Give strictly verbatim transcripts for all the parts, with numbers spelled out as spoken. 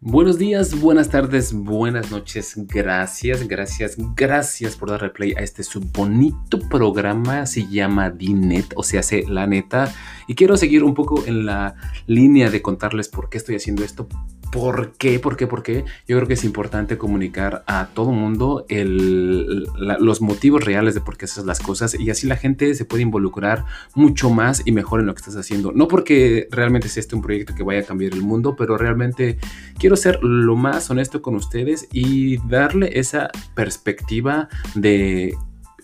Buenos días, buenas tardes, buenas noches. Gracias, gracias, gracias por dar play a este su bonito programa. Se llama D-Net, o sea, hace la neta. Y quiero seguir un poco en la línea de contarles por qué estoy haciendo esto. ¿Por qué? ¿Por qué? ¿Por qué? Yo creo que es importante comunicar a todo mundo el, la, los motivos reales de por qué haces las cosas, y así la gente se puede involucrar mucho más y mejor en lo que estás haciendo. No porque realmente sea este un proyecto que vaya a cambiar el mundo, pero realmente quiero ser lo más honesto con ustedes y darle esa perspectiva de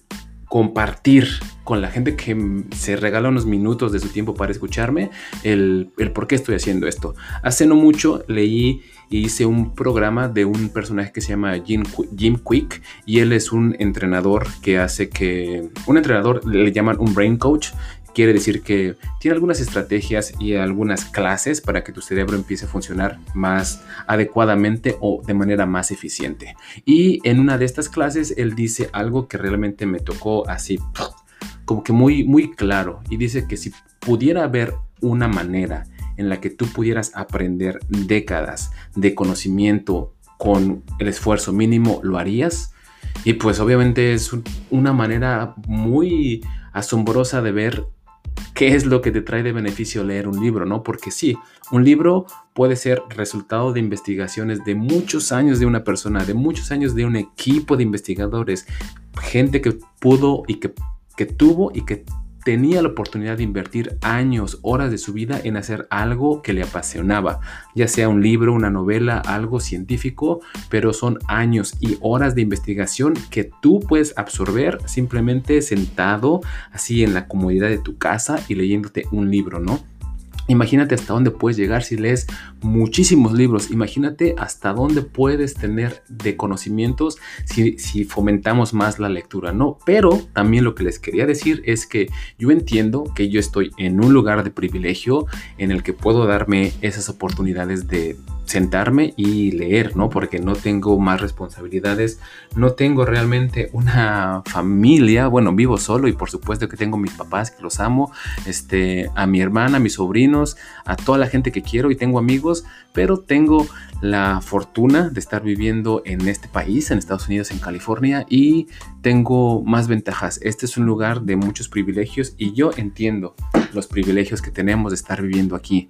compartir con la gente que se regala unos minutos de su tiempo para escucharme el, el por qué estoy haciendo esto. Hace no mucho leí y hice un programa de un personaje que se llama Jim, Jim Kwik, y él es un entrenador que hace que... Un entrenador le llaman un brain coach. Quiere decir que tiene algunas estrategias y algunas clases para que tu cerebro empiece a funcionar más adecuadamente o de manera más eficiente. Y en una de estas clases él dice algo que realmente me tocó así, como que muy, muy claro. Y dice que si pudiera haber una manera en la que tú pudieras aprender décadas de conocimiento con el esfuerzo mínimo, ¿lo harías? Y pues obviamente es una manera muy asombrosa de ver qué es lo que te trae de beneficio leer un libro, ¿no? Porque sí, un libro puede ser resultado de investigaciones de muchos años de una persona, de muchos años de un equipo de investigadores, gente que pudo y que, que tuvo y que tenía la oportunidad de invertir años, horas de su vida en hacer algo que le apasionaba, ya sea un libro, una novela, algo científico, pero son años y horas de investigación que tú puedes absorber simplemente sentado así en la comodidad de tu casa y leyéndote un libro, ¿no? Imagínate hasta dónde puedes llegar si lees muchísimos libros. Imagínate hasta dónde puedes tener de conocimientos si, si fomentamos más la lectura, ¿no? Pero también lo que les quería decir es que yo entiendo que yo estoy en un lugar de privilegio en el que puedo darme esas oportunidades de sentarme y leer, ¿no? Porque no tengo más responsabilidades, no tengo realmente una familia. Bueno, vivo solo y por supuesto que tengo mis papás que los amo, este, a mi hermana, a mis sobrinos, a toda la gente que quiero, y tengo amigos, pero tengo la fortuna de estar viviendo en este país, en Estados Unidos, en California, y tengo más ventajas. Este es un lugar de muchos privilegios y yo entiendo los privilegios que tenemos de estar viviendo aquí.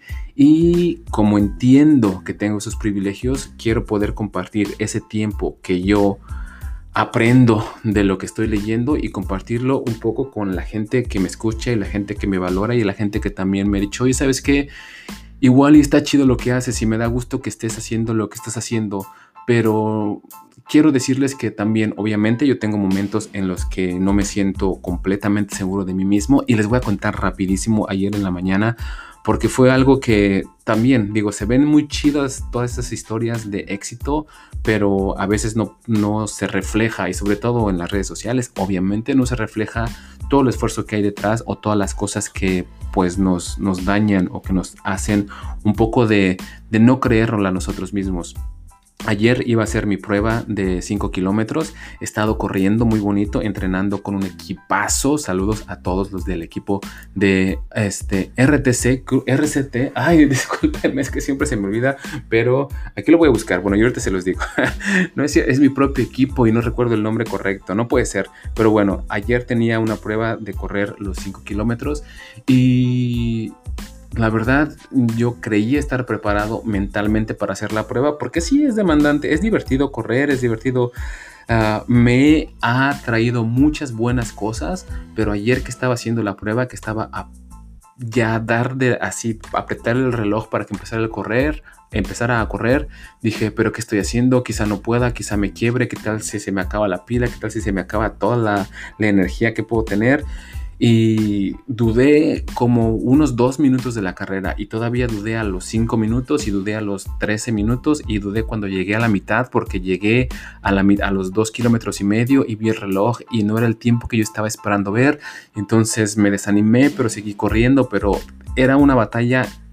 Y como entiendo que tengo esos privilegios, quiero poder compartir ese tiempo que yo aprendo de lo que estoy leyendo y compartirlo un poco con la gente que me escucha y la gente que me valora y la gente que también me ha dicho: oye, ¿sabes qué? Igual y está chido lo que haces y me da gusto que estés haciendo lo que estás haciendo, pero quiero decirles que también, obviamente, yo tengo momentos en los que no me siento completamente seguro de mí mismo, y les voy a contar rapidísimo ayer en la mañana, porque fue algo que también, digo, se ven muy chidas todas esas historias de éxito, pero a veces no, no se refleja, y sobre todo en las redes sociales, obviamente no se refleja todo el esfuerzo que hay detrás o todas las cosas que pues nos, nos dañan o que nos hacen un poco de, de no creerlo a nosotros mismos. Ayer iba a hacer mi prueba de cinco kilómetros. He estado corriendo muy bonito, entrenando con un equipazo. Saludos a todos los del equipo de este R T C, R C T. Ay, discúlpenme, es que siempre se me olvida, pero aquí lo voy a buscar. Bueno, yo ahorita se los digo. No es, es mi propio equipo y no recuerdo el nombre correcto. No puede ser. Pero bueno, ayer tenía una prueba de correr los cinco kilómetros y... la verdad, yo creí estar preparado mentalmente para hacer la prueba, porque sí es demandante, es divertido correr, es divertido, uh, me ha traído muchas buenas cosas, pero ayer que estaba haciendo la prueba, que estaba a ya dar de así, apretar el reloj para que empezara a correr, empezar a correr, dije, pero ¿qué estoy haciendo? Quizá no pueda, quizá me quiebre, ¿qué tal si se me acaba la pila? ¿Qué tal si se me acaba toda la, la energía que puedo tener? Y dudé como unos dos minutos de la carrera, y todavía dudé a los cinco minutos y dudé a los trece minutos y dudé cuando llegué a la mitad, porque llegué a, la, a los dos kilómetros y medio y vi el reloj y no era el tiempo que yo estaba esperando ver. Entonces me desanimé, pero seguí corriendo, pero era una batalla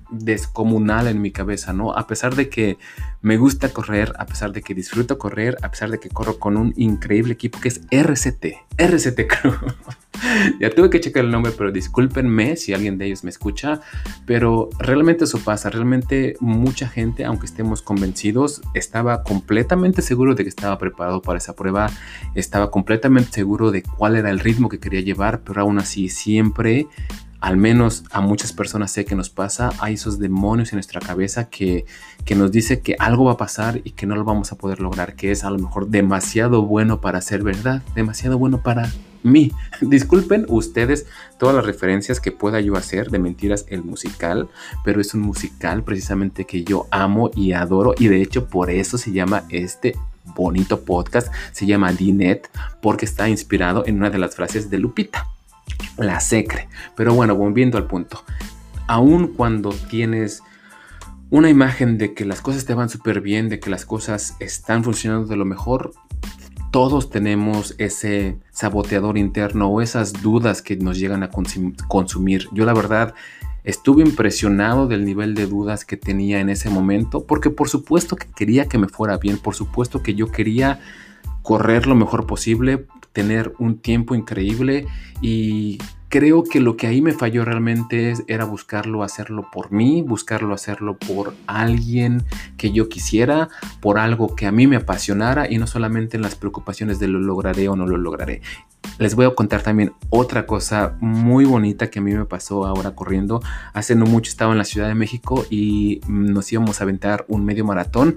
descomunal en mi cabeza, ¿no? A pesar de que me gusta correr, a pesar de que disfruto correr, a pesar de que corro con un increíble equipo que es R C T, R C T Crew. Ya tuve que checar el nombre, pero discúlpenme si alguien de ellos me escucha, pero realmente eso pasa, realmente mucha gente, aunque estemos convencidos, estaba completamente seguro de que estaba preparado para esa prueba, estaba completamente seguro de cuál era el ritmo que quería llevar, pero aún así siempre, al menos a muchas personas sé que nos pasa, hay esos demonios en nuestra cabeza que, que nos dice que algo va a pasar y que no lo vamos a poder lograr, que es a lo mejor demasiado bueno para ser verdad, demasiado bueno para mí. Disculpen ustedes todas las referencias que pueda yo hacer de Mentiras el musical, pero es un musical precisamente que yo amo y adoro, y de hecho por eso se llama este bonito podcast, se llama Dinette, porque está inspirado en una de las frases de Lupita, la Secre. Pero bueno, volviendo al punto, aun cuando tienes una imagen de que las cosas te van súper bien, de que las cosas están funcionando de lo mejor, todos tenemos ese saboteador interno o esas dudas que nos llegan a consum- consumir. Yo la verdad estuve impresionado del nivel de dudas que tenía en ese momento, porque por supuesto que quería que me fuera bien, por supuesto que yo quería correr lo mejor posible, tener un tiempo increíble, y creo que lo que ahí me falló realmente es, era buscarlo hacerlo por mí, buscarlo hacerlo por alguien que yo quisiera, por algo que a mí me apasionara y no solamente en las preocupaciones de lo lograré o no lo lograré. Les voy a contar también otra cosa muy bonita que a mí me pasó ahora corriendo. Hace no mucho estaba en la Ciudad de México y nos íbamos a aventar un medio maratón.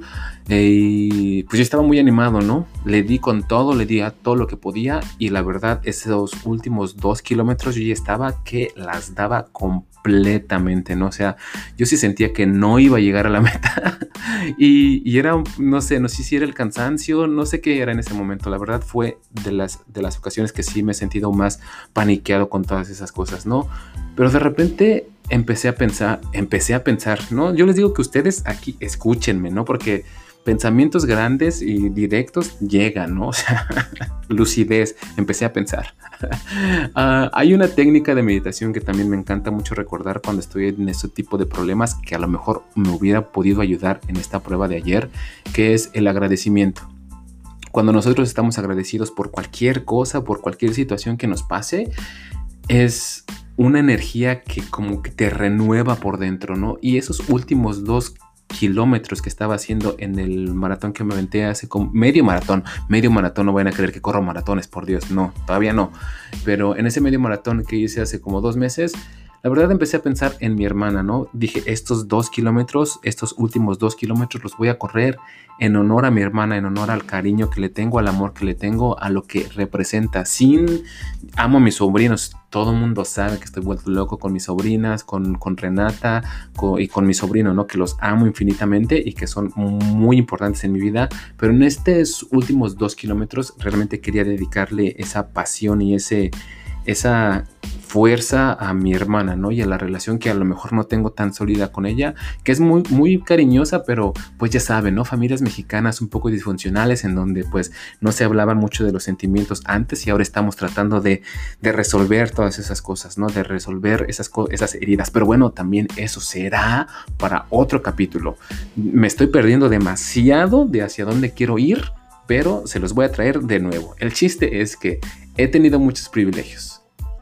Y pues yo estaba muy animado, ¿no? Le di con todo, le di a todo lo que podía, y la verdad esos últimos dos kilómetros yo ya estaba que las daba completamente, ¿no? O sea, yo sí sentía que no iba a llegar a la meta y, y era, no sé, no sé si era el cansancio, no sé qué era en ese momento. La verdad fue de las, de las ocasiones que sí me he sentido más paniqueado con todas esas cosas, ¿no? Pero de repente empecé a pensar, empecé a pensar, ¿no? Yo les digo que ustedes aquí escúchenme, ¿no? Porque pensamientos grandes y directos llegan, ¿no? O sea, lucidez, empecé a pensar. Uh, hay una técnica de meditación que también me encanta mucho recordar cuando estoy en este tipo de problemas, que a lo mejor me hubiera podido ayudar en esta prueba de ayer, que es el agradecimiento. Cuando nosotros estamos agradecidos por cualquier cosa, por cualquier situación que nos pase, es una energía que como que te renueva por dentro, ¿no? Y esos últimos dos kilómetros que estaba haciendo en el maratón que me aventé hace como medio maratón, medio maratón, no vayan a creer que corro maratones, por Dios, no, todavía no, pero en ese medio maratón que hice hace como dos meses, la verdad empecé a pensar en mi hermana, ¿no? Dije, estos dos kilómetros, estos últimos dos kilómetros los voy a correr en honor a mi hermana, en honor al cariño que le tengo, al amor que le tengo, a lo que representa. Sin, amo a mis sobrinos, todo el mundo sabe que estoy vuelto loco con mis sobrinas, con, con Renata con, y con mi sobrino, ¿no? Que los amo infinitamente y que son muy importantes en mi vida, pero en estos últimos dos kilómetros realmente quería dedicarle esa pasión y ese, esa fuerza a mi hermana, ¿no? Y a la relación que a lo mejor no tengo tan sólida con ella, que es muy, muy cariñosa, pero pues ya saben, ¿no? Familias mexicanas un poco disfuncionales en donde pues no se hablaban mucho de los sentimientos antes, y ahora estamos tratando de, de resolver todas esas cosas, ¿no? De resolver esas, esas heridas. Pero bueno, también eso será para otro capítulo. Me estoy perdiendo demasiado de hacia dónde quiero ir, pero se los voy a traer de nuevo. El chiste es que he tenido muchos privilegios.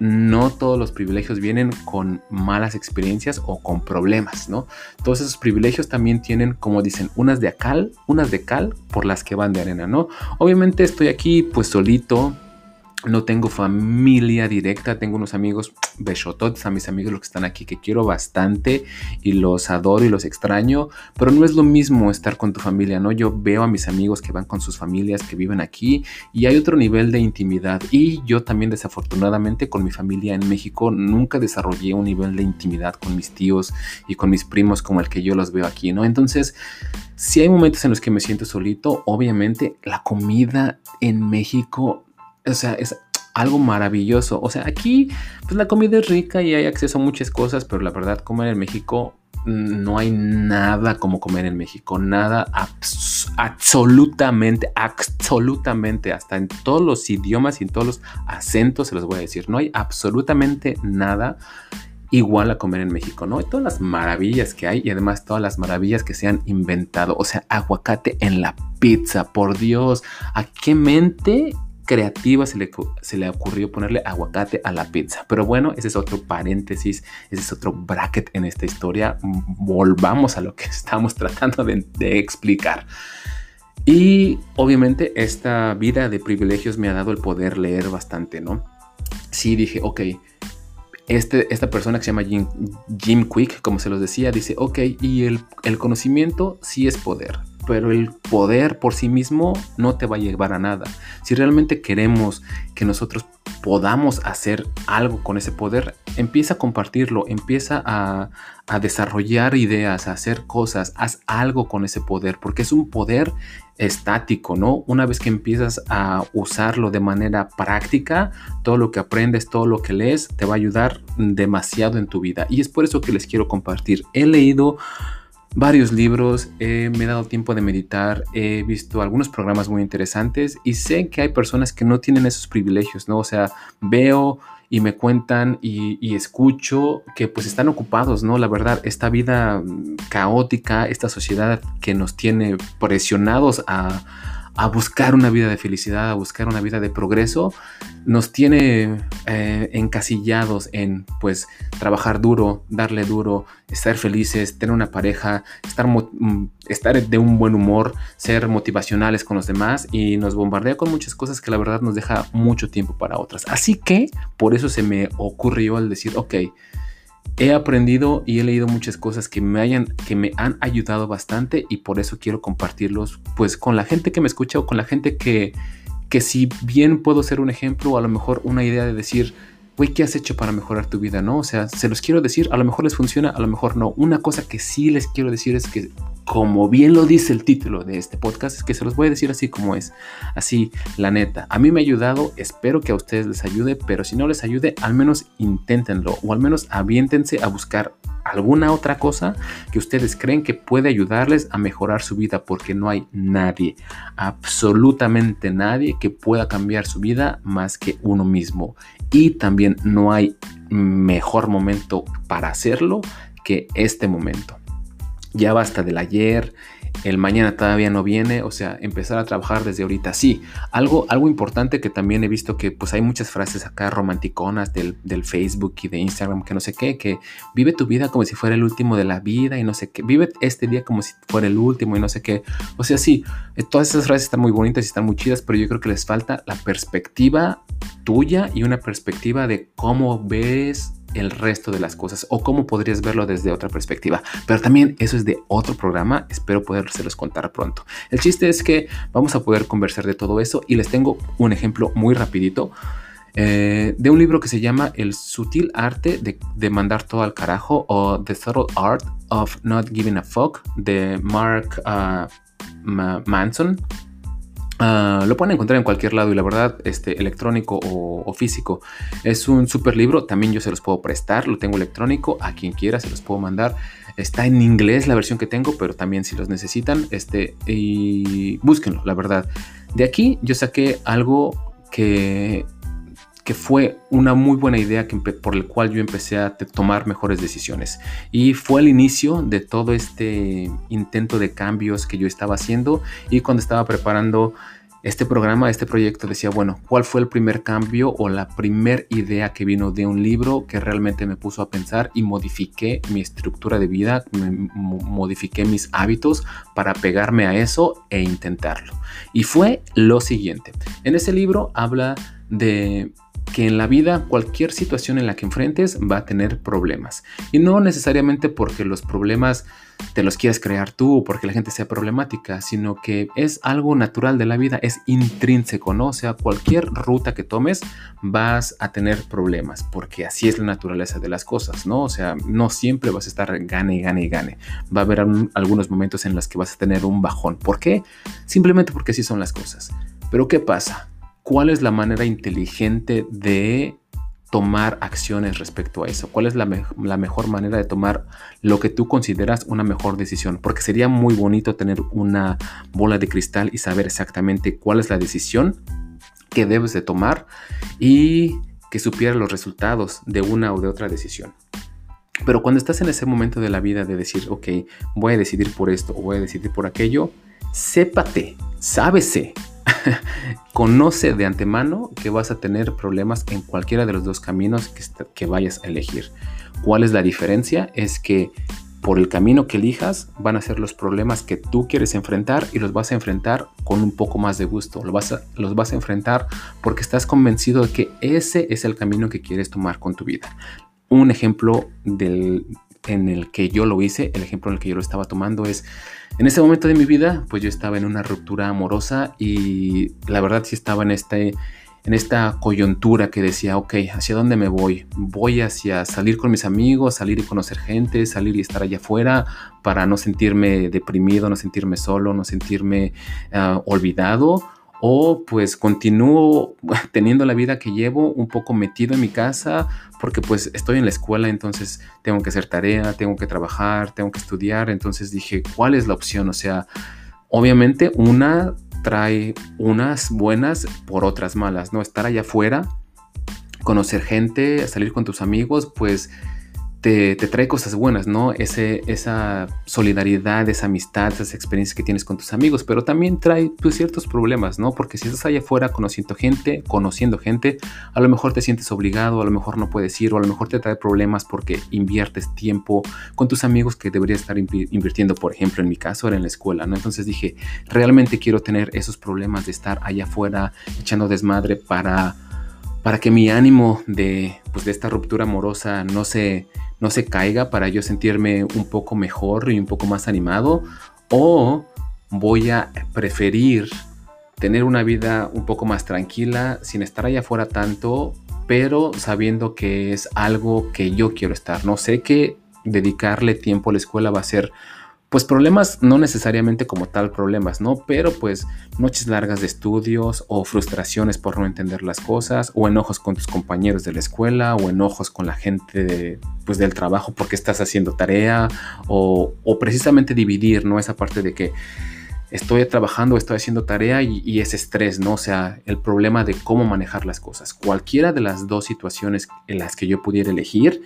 No todos los privilegios vienen con malas experiencias o con problemas, ¿no? Todos esos privilegios también tienen, como dicen, unas de cal, unas de cal por las que van de arena, ¿no? Obviamente estoy aquí pues solito, no tengo familia directa, tengo unos amigos, besototes a mis amigos los que están aquí, que quiero bastante y los adoro y los extraño, pero no es lo mismo estar con tu familia, ¿no? Yo veo a mis amigos que van con sus familias, que viven aquí, y hay otro nivel de intimidad, y yo también desafortunadamente con mi familia en México nunca desarrollé un nivel de intimidad con mis tíos y con mis primos como el que yo los veo aquí, ¿no? Entonces, si hay momentos en los que me siento solito, obviamente la comida en México, o sea, es algo maravilloso. O sea, aquí pues la comida es rica y hay acceso a muchas cosas, pero la verdad, comer en México, no hay nada como comer en México. Nada, abs- absolutamente, absolutamente, hasta en todos los idiomas y en todos los acentos se los voy a decir. No hay absolutamente nada igual a comer en México, ¿no? Y todas las maravillas que hay y además todas las maravillas que se han inventado. O sea, aguacate en la pizza, por Dios, ¿a qué mente creativa se le, se le ocurrió ponerle aguacate a la pizza? Pero bueno, ese es otro paréntesis, ese es otro bracket en esta historia. Volvamos a lo que estamos tratando de, de explicar. Y obviamente esta vida de privilegios me ha dado el poder leer bastante, ¿no? Sí, dije, ok, este, esta persona que se llama Jim, Jim Quick, como se los decía, dice, ok, y el, el conocimiento sí es poder, pero el poder por sí mismo no te va a llevar a nada. Si realmente queremos que nosotros podamos hacer algo con ese poder, empieza a compartirlo, empieza a, a desarrollar ideas, a hacer cosas, haz algo con ese poder, porque es un poder estático, ¿no? Una vez que empiezas a usarlo de manera práctica, todo lo que aprendes, todo lo que lees, te va a ayudar demasiado en tu vida. Y es por eso que les quiero compartir. He leído varios libros, eh, me he dado tiempo de meditar, he visto algunos programas muy interesantes y sé que hay personas que no tienen esos privilegios, ¿no? O sea, veo y me cuentan y, y escucho que pues están ocupados, ¿no? La verdad, esta vida caótica, esta sociedad que nos tiene presionados a, a buscar una vida de felicidad, a buscar una vida de progreso, nos tiene eh, encasillados en pues trabajar duro, darle duro, estar felices, tener una pareja, estar, estar de un buen humor, ser motivacionales con los demás, y nos bombardea con muchas cosas que la verdad nos deja mucho tiempo para otras. Así que por eso se me ocurrió el decir, ok, he aprendido y he leído muchas cosas que me, hayan, que me han ayudado bastante, y por eso quiero compartirlos pues con la gente que me escucha o con la gente que, que si bien puedo ser un ejemplo o a lo mejor una idea de decir, güey, ¿qué has hecho para mejorar tu vida? ¿No? O sea, se los quiero decir, a lo mejor les funciona, a lo mejor no. Una cosa que sí les quiero decir es que, como bien lo dice el título de este podcast, es que se los voy a decir así como es, así, la neta. A mí me ha ayudado, espero que a ustedes les ayude, pero si no les ayude, al menos inténtenlo, o al menos aviéntense a buscar alguna otra cosa que ustedes creen que puede ayudarles a mejorar su vida, porque no hay nadie, absolutamente nadie que pueda cambiar su vida más que uno mismo. Y también no hay mejor momento para hacerlo que este momento. Ya basta del ayer, el mañana todavía no viene, o sea, empezar a trabajar desde ahorita. Sí, algo, algo importante que también he visto que pues hay muchas frases acá romanticonas del, del Facebook y de Instagram, que no sé qué, que vive tu vida como si fuera el último de la vida y no sé qué, vive este día como si fuera el último y no sé qué. O sea, sí, todas esas frases están muy bonitas y están muy chidas, pero yo creo que les falta la perspectiva tuya y una perspectiva de cómo ves el resto de las cosas o cómo podrías verlo desde otra perspectiva. Pero también eso es de otro programa, espero podérselos contar pronto. El chiste es que vamos a poder conversar de todo eso, y les tengo un ejemplo muy rapidito eh, de un libro que se llama El sutil arte de, de mandar todo al carajo, o The Subtle Art of Not Giving a Fuck, de Mark uh, Manson. Uh, lo pueden encontrar en cualquier lado, y la verdad, este, electrónico o, o físico, es un super libro. También yo se los puedo prestar, lo tengo electrónico, a quien quiera se los puedo mandar. Está en inglés la versión que tengo, pero también si los necesitan, este, y búsquenlo, la verdad. De aquí yo saqué algo que, que fue una muy buena idea que, por el cual yo empecé a tomar mejores decisiones, y fue el inicio de todo este intento de cambios que yo estaba haciendo. Y cuando estaba preparando este programa, este proyecto, decía, bueno, ¿cuál fue el primer cambio o la primer idea que vino de un libro que realmente me puso a pensar y modifiqué mi estructura de vida, me modifiqué mis hábitos para pegarme a eso e intentarlo? Y fue lo siguiente. En ese libro habla de que en la vida cualquier situación en la que enfrentes va a tener problemas, y no necesariamente porque los problemas te los quieras crear tú o porque la gente sea problemática, sino que es algo natural de la vida, es intrínseco, ¿no? O sea, cualquier ruta que tomes vas a tener problemas, porque así es la naturaleza de las cosas, ¿no? O sea, no siempre vas a estar gane y gane y gane. Va a haber un, algunos momentos en los que vas a tener un bajón. ¿Por qué? Simplemente porque así son las cosas. Pero ¿qué pasa? ¿Cuál es la manera inteligente de tomar acciones respecto a eso? ¿Cuál es la, me- la mejor manera de tomar lo que tú consideras una mejor decisión? Porque sería muy bonito tener una bola de cristal y saber exactamente cuál es la decisión que debes de tomar y que supiera los resultados de una o de otra decisión. Pero cuando estás en ese momento de la vida de decir, ok, voy a decidir por esto o voy a decidir por aquello, sépate, sábese, conoce de antemano que vas a tener problemas en cualquiera de los dos caminos que, que vayas a elegir. ¿Cuál es la diferencia? Es que por el camino que elijas van a ser los problemas que tú quieres enfrentar y los vas a enfrentar con un poco más de gusto. Los vas a, los vas a enfrentar porque estás convencido de que ese es el camino que quieres tomar con tu vida. Un ejemplo del, en el que yo lo hice, el ejemplo en el que yo lo estaba tomando es, en ese momento de mi vida, pues yo estaba en una ruptura amorosa y la verdad sí estaba en este... en esta coyuntura que decía, ok, ¿hacia dónde me voy? Voy hacia salir con mis amigos, salir y conocer gente, salir y estar allá afuera para no sentirme deprimido, no sentirme solo, no sentirme uh, olvidado, o pues continúo teniendo la vida que llevo un poco metido en mi casa porque pues estoy en la escuela, entonces tengo que hacer tarea, tengo que trabajar, tengo que estudiar. Entonces dije, ¿cuál es la opción? O sea, obviamente una trae unas buenas por otras malas, ¿no? Estar allá afuera, conocer gente, salir con tus amigos, pues te, te trae cosas buenas, ¿no? Ese, esa solidaridad, esa amistad, esas experiencias que tienes con tus amigos, pero también trae pues, ciertos problemas, ¿no? Porque si estás allá afuera conociendo gente, conociendo gente, a lo mejor te sientes obligado, a lo mejor no puedes ir, o a lo mejor te trae problemas porque inviertes tiempo con tus amigos que deberías estar invirtiendo, por ejemplo, en mi caso era en la escuela, ¿no? Entonces dije, realmente quiero tener esos problemas de estar allá afuera echando desmadre para, para que mi ánimo de, pues, de esta ruptura amorosa no se... no se caiga, para yo sentirme un poco mejor y un poco más animado, o voy a preferir tener una vida un poco más tranquila sin estar allá afuera tanto, pero sabiendo que es algo que yo quiero estar. No sé que dedicarle tiempo a la escuela va a ser pues problemas, no necesariamente como tal problemas, ¿no? Pero pues noches largas de estudios o frustraciones por no entender las cosas, o enojos con tus compañeros de la escuela, o enojos con la gente de, pues, del trabajo porque estás haciendo tarea, o, o precisamente dividir, ¿no? Esa parte de que estoy trabajando, estoy haciendo tarea y, y ese estrés, ¿no? O sea, el problema de cómo manejar las cosas. Cualquiera de las dos situaciones en las que yo pudiera elegir,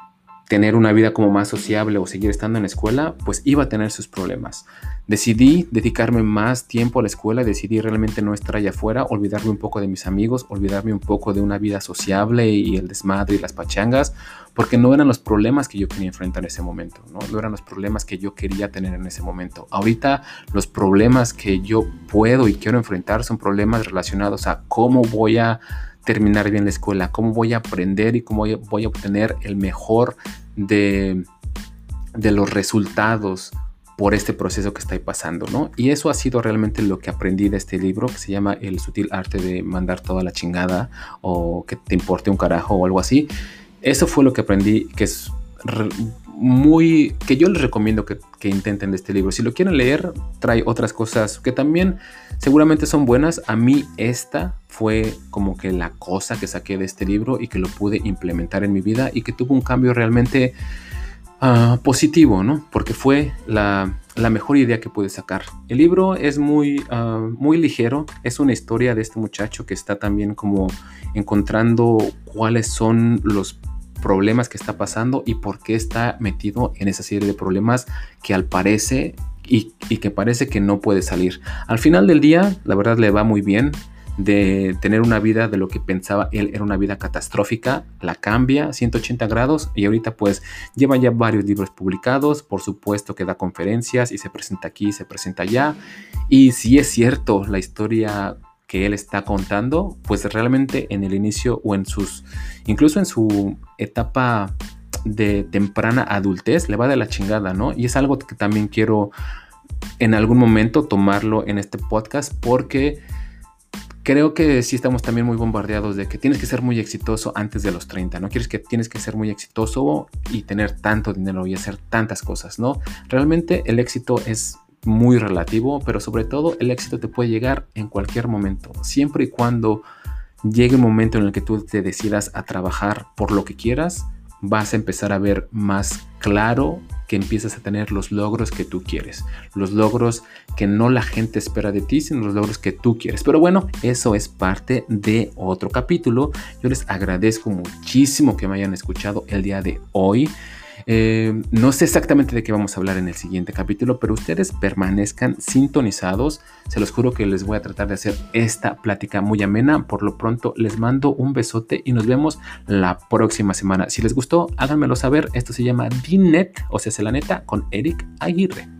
tener una vida como más sociable o seguir estando en la escuela, pues iba a tener sus problemas. Decidí dedicarme más tiempo a la escuela, decidí realmente no estar allá afuera, olvidarme un poco de mis amigos, olvidarme un poco de una vida sociable y el desmadre y las pachangas, porque no eran los problemas que yo quería enfrentar en ese momento, ¿no? No eran los problemas que yo quería tener en ese momento. Ahorita los problemas que yo puedo y quiero enfrentar son problemas relacionados a cómo voy a terminar bien la escuela, cómo voy a aprender y cómo voy a obtener el mejor de, de los resultados por este proceso que estoy pasando, ¿no? Y eso ha sido realmente lo que aprendí de este libro que se llama El sutil arte de mandar toda la chingada, o que te importe un carajo o algo así. Eso fue lo que aprendí, que es muy, que yo les recomiendo que, que intenten de este libro. Si lo quieren leer, trae otras cosas que también seguramente son buenas. A mí esta fue como que la cosa que saqué de este libro y que lo pude implementar en mi vida y que tuvo un cambio realmente uh, positivo, ¿no? Porque fue la, la mejor idea que pude sacar. El libro es muy, uh, muy ligero. Es una historia de este muchacho que está también como encontrando cuáles son los problemas que está pasando y por qué está metido en esa serie de problemas que al parece y, y que parece que no puede salir. Al final del día, la verdad le va muy bien. De tener una vida de lo que pensaba él era una vida catastrófica, la cambia ciento ochenta grados y ahorita pues lleva ya varios libros publicados, por supuesto que da conferencias y se presenta aquí, se presenta allá, y si es cierto la historia que él está contando, pues realmente en el inicio o en sus, incluso en su etapa de temprana adultez, le va de la chingada, ¿no? Y es algo que también quiero en algún momento tomarlo en este podcast, porque creo que sí estamos también muy bombardeados de que tienes que ser muy exitoso antes de los treinta, ¿no? Quieres que tienes que ser muy exitoso y tener tanto dinero y hacer tantas cosas, ¿no? Realmente el éxito es muy relativo, pero sobre todo el éxito te puede llegar en cualquier momento, siempre y cuando llegue un momento en el que tú te decidas a trabajar por lo que quieras, vas a empezar a ver más claro que empiezas a tener los logros que tú quieres, los logros que no la gente espera de ti, sino los logros que tú quieres. Pero bueno, eso es parte de otro capítulo. Yo les agradezco muchísimo que me hayan escuchado el día de hoy. Eh, no sé exactamente de qué vamos a hablar en el siguiente capítulo, pero ustedes permanezcan sintonizados. Se los juro que les voy a tratar de hacer esta plática muy amena. Por lo pronto les mando un besote y nos vemos la próxima semana. Si les gustó, háganmelo saber. Esto se llama D-Net, o sea, se la neta, con Eric Aguirre.